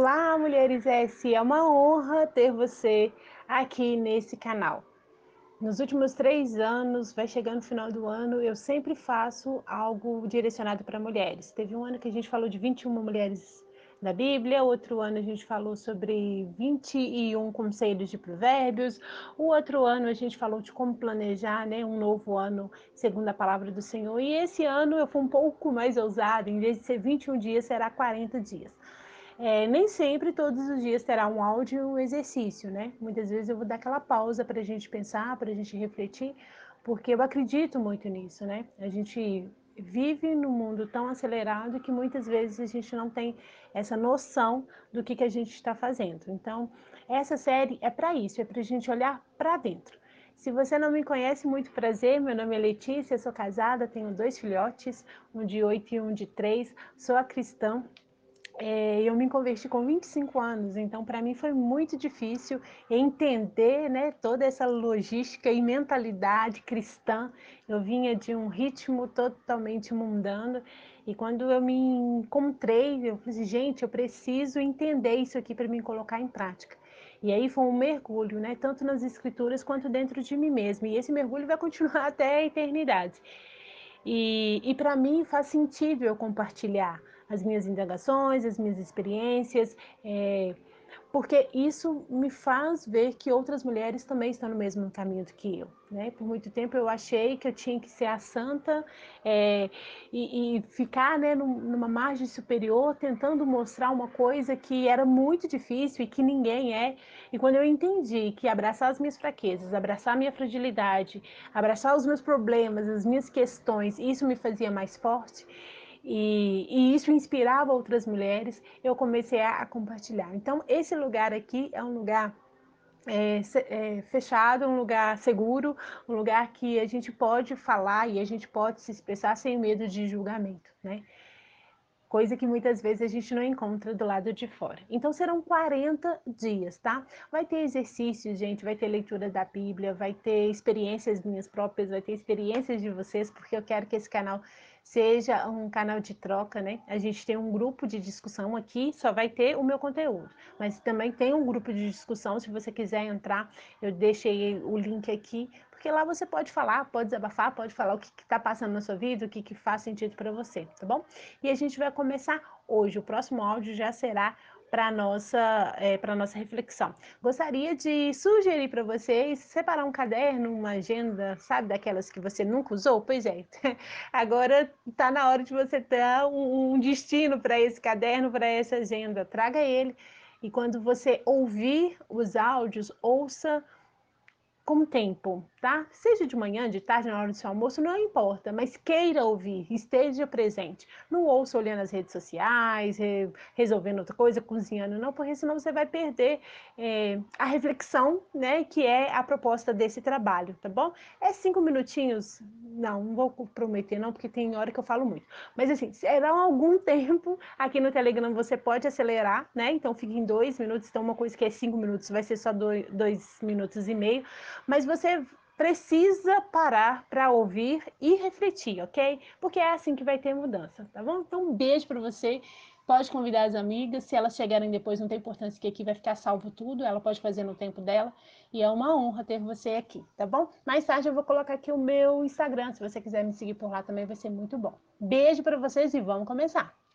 Olá, Mulheres S, é uma honra ter você aqui nesse canal. Nos últimos 3 anos, vai chegando o final do ano, eu sempre faço algo direcionado para mulheres. Teve um ano que a gente falou de 21 mulheres da Bíblia, outro ano a gente falou sobre 21 conselhos de provérbios, o outro ano a gente falou de como planejar, né, um novo ano segundo a palavra do Senhor. E esse ano eu fui um pouco mais ousada, em vez de ser 21 dias, será 40 dias. Nem sempre, todos os dias, terá um áudio e um exercício, né? Muitas vezes eu vou dar aquela pausa para a gente pensar, para a gente refletir, porque eu acredito muito nisso, né? A gente vive num mundo tão acelerado que muitas vezes a gente não tem essa noção do que a gente está fazendo. Então, essa série é para isso, é para a gente olhar para dentro. Se você não me conhece, muito prazer, meu nome é Letícia, sou casada, tenho 2 filhotes, um de 8 e um de 3, sou a cristã. Eu me converti com 25 anos, então para mim foi muito difícil entender, né, toda essa logística e mentalidade cristã. Eu vinha de um ritmo totalmente mundano e quando eu me encontrei, eu falei assim, gente, eu preciso entender isso aqui para me colocar em prática. E aí foi um mergulho, né, tanto nas escrituras quanto dentro de mim mesma. E esse mergulho vai continuar até a eternidade. E para mim faz sentido eu compartilhar as minhas indagações, as minhas experiências, porque isso me faz ver que outras mulheres também estão no mesmo caminho do que eu, né? Por muito tempo eu achei que eu tinha que ser a santa e ficar, né, numa margem superior, tentando mostrar uma coisa que era muito difícil e que ninguém é. E quando eu entendi que abraçar as minhas fraquezas, abraçar a minha fragilidade, abraçar os meus problemas, as minhas questões, isso me fazia mais forte, e isso inspirava outras mulheres, eu comecei a compartilhar. Então, esse lugar aqui é um lugar fechado, um lugar seguro, um lugar que a gente pode falar e a gente pode se expressar sem medo de julgamento, né? Coisa que muitas vezes a gente não encontra do lado de fora. Então serão 40 dias, tá? Vai ter exercícios, gente, vai ter leitura da Bíblia, vai ter experiências minhas próprias, vai ter experiências de vocês, porque eu quero que esse canal seja um canal de troca, né? A gente tem um grupo de discussão aqui, só vai ter o meu conteúdo, mas também tem um grupo de discussão, se você quiser entrar, eu deixei o link aqui, porque lá você pode falar, pode desabafar, pode falar o que está passando na sua vida, o que faz sentido para você, tá bom? E a gente vai começar hoje. O próximo áudio já será para nossa reflexão. Gostaria de sugerir para vocês separar um caderno, uma agenda, sabe, daquelas que você nunca usou? Pois é, agora está na hora de você ter um destino para esse caderno, para essa agenda. Traga ele e quando você ouvir os áudios, ouça com tempo, tá? Seja de manhã, de tarde, na hora do seu almoço, não importa, mas queira ouvir, esteja presente. Não ouça olhando as redes sociais, resolvendo outra coisa, cozinhando, não, porque senão você vai perder a reflexão, né, que é a proposta desse trabalho, tá bom? É 5 minutinhos? Não vou prometer não, porque tem hora que eu falo muito. Mas assim, será algum tempo, aqui no Telegram você pode acelerar, né? Então fica em 2 minutos, então uma coisa que é 5 minutos vai ser só 2 minutos e meio, mas você precisa parar para ouvir e refletir, ok? Porque é assim que vai ter mudança, tá bom? Então, um beijo para você. Pode convidar as amigas, se elas chegarem depois, não tem importância que aqui vai ficar salvo tudo, ela pode fazer no tempo dela, e é uma honra ter você aqui, tá bom? Mais tarde eu vou colocar aqui o meu Instagram, se você quiser me seguir por lá também vai ser muito bom. Beijo para vocês e vamos começar!